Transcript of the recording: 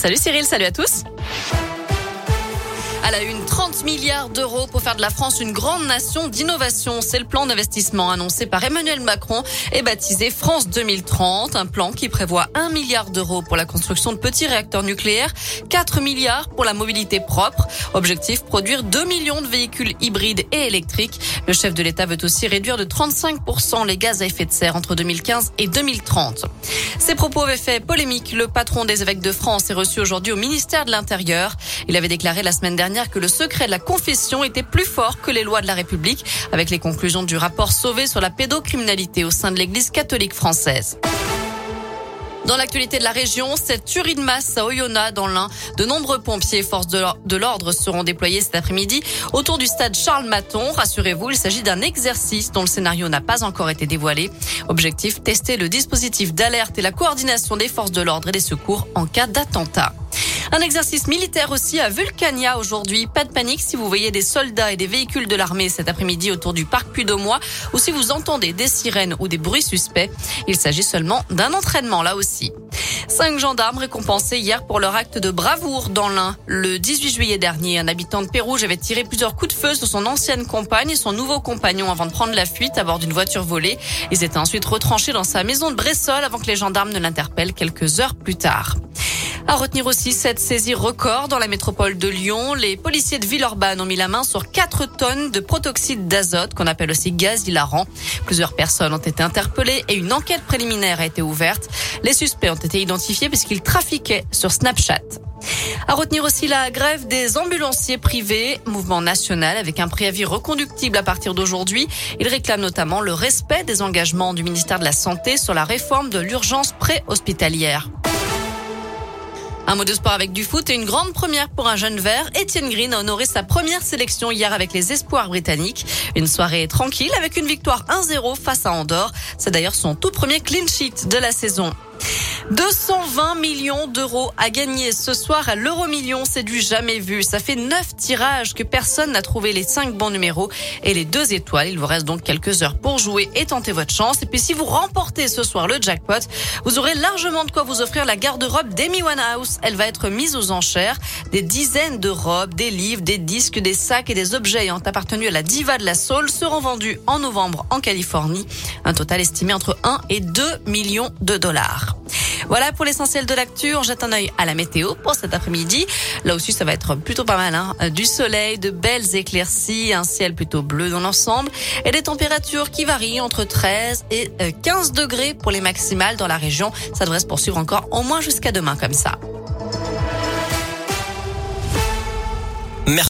Salut Cyril, salut à tous. À la une, 30 milliards d'euros pour faire de la France une grande nation d'innovation. C'est le plan d'investissement annoncé par Emmanuel Macron et baptisé France 2030. Un plan qui prévoit 1 milliard d'euros pour la construction de petits réacteurs nucléaires, 4 milliards pour la mobilité propre. Objectif, produire 2 millions de véhicules hybrides et électriques. Le chef de l'État veut aussi réduire de 35% les gaz à effet de serre entre 2015 et 2030. Ces propos avaient fait polémique. Le patron des évêques de France est reçu aujourd'hui au ministère de l'Intérieur. Il avait déclaré la semaine dernière que le secret de la confession était plus fort que les lois de la République, avec les conclusions du rapport Sauvé sur la pédocriminalité au sein de l'Église catholique française. Dans l'actualité de la région, cette tuerie de masse à Oyonnax dans l'Ain. De nombreux pompiers et forces de l'ordre seront déployés cet après-midi autour du stade Charles-Maton. Rassurez-vous, il s'agit d'un exercice dont le scénario n'a pas encore été dévoilé. Objectif, tester le dispositif d'alerte et la coordination des forces de l'ordre et des secours en cas d'attentat. Un exercice militaire aussi à Vulcania aujourd'hui. Pas de panique si vous voyez des soldats et des véhicules de l'armée cet après-midi autour du parc Puy-d'Aumois ou si vous entendez des sirènes ou des bruits suspects. Il s'agit seulement d'un entraînement là aussi. 5 gendarmes récompensés hier pour leur acte de bravoure dans l'Ain. Le 18 juillet dernier, un habitant de Pérouge avait tiré plusieurs coups de feu sur son ancienne compagne et son nouveau compagnon avant de prendre la fuite à bord d'une voiture volée. Ils étaient ensuite retranchés dans sa maison de Bressol avant que les gendarmes ne l'interpellent quelques heures plus tard. À retenir aussi cette saisie record dans la métropole de Lyon. Les policiers de Villeurbanne ont mis la main sur 4 tonnes de protoxyde d'azote, qu'on appelle aussi gaz hilarant. Plusieurs personnes ont été interpellées et une enquête préliminaire a été ouverte. Les suspects ont été identifiés puisqu'ils trafiquaient sur Snapchat. À retenir aussi la grève des ambulanciers privés, mouvement national avec un préavis reconductible à partir d'aujourd'hui. Ils réclament notamment le respect des engagements du ministère de la Santé sur la réforme de l'urgence pré-hospitalière. Un mot de sport avec du foot et une grande première pour un jeune vert. Etienne Green a honoré sa première sélection hier avec les espoirs britanniques. Une soirée tranquille avec une victoire 1-0 face à Andorre. C'est d'ailleurs son tout premier clean sheet de la saison. 220 millions d'euros à gagner ce soir à l'Euro-Million, c'est du jamais vu. Ça fait 9 tirages que personne n'a trouvé les 5 bons numéros et les 2 étoiles. Il vous reste donc quelques heures pour jouer et tenter votre chance. Et puis si vous remportez ce soir le jackpot, vous aurez largement de quoi vous offrir la garde-robe d'Amy Winehouse. Elle va être mise aux enchères. Des dizaines de robes, des livres, des disques, des sacs et des objets ayant appartenu à la diva de la soul seront vendus en novembre en Californie. Un total estimé entre 1 et 2 millions de dollars. Voilà pour l'essentiel de l'actu. On jette un œil à la météo pour cet après-midi. Là aussi, ça va être plutôt pas mal. Du soleil, de belles éclaircies, un ciel plutôt bleu dans l'ensemble et des températures qui varient entre 13 et 15 degrés pour les maximales dans la région. Ça devrait se poursuivre encore au moins jusqu'à demain comme ça.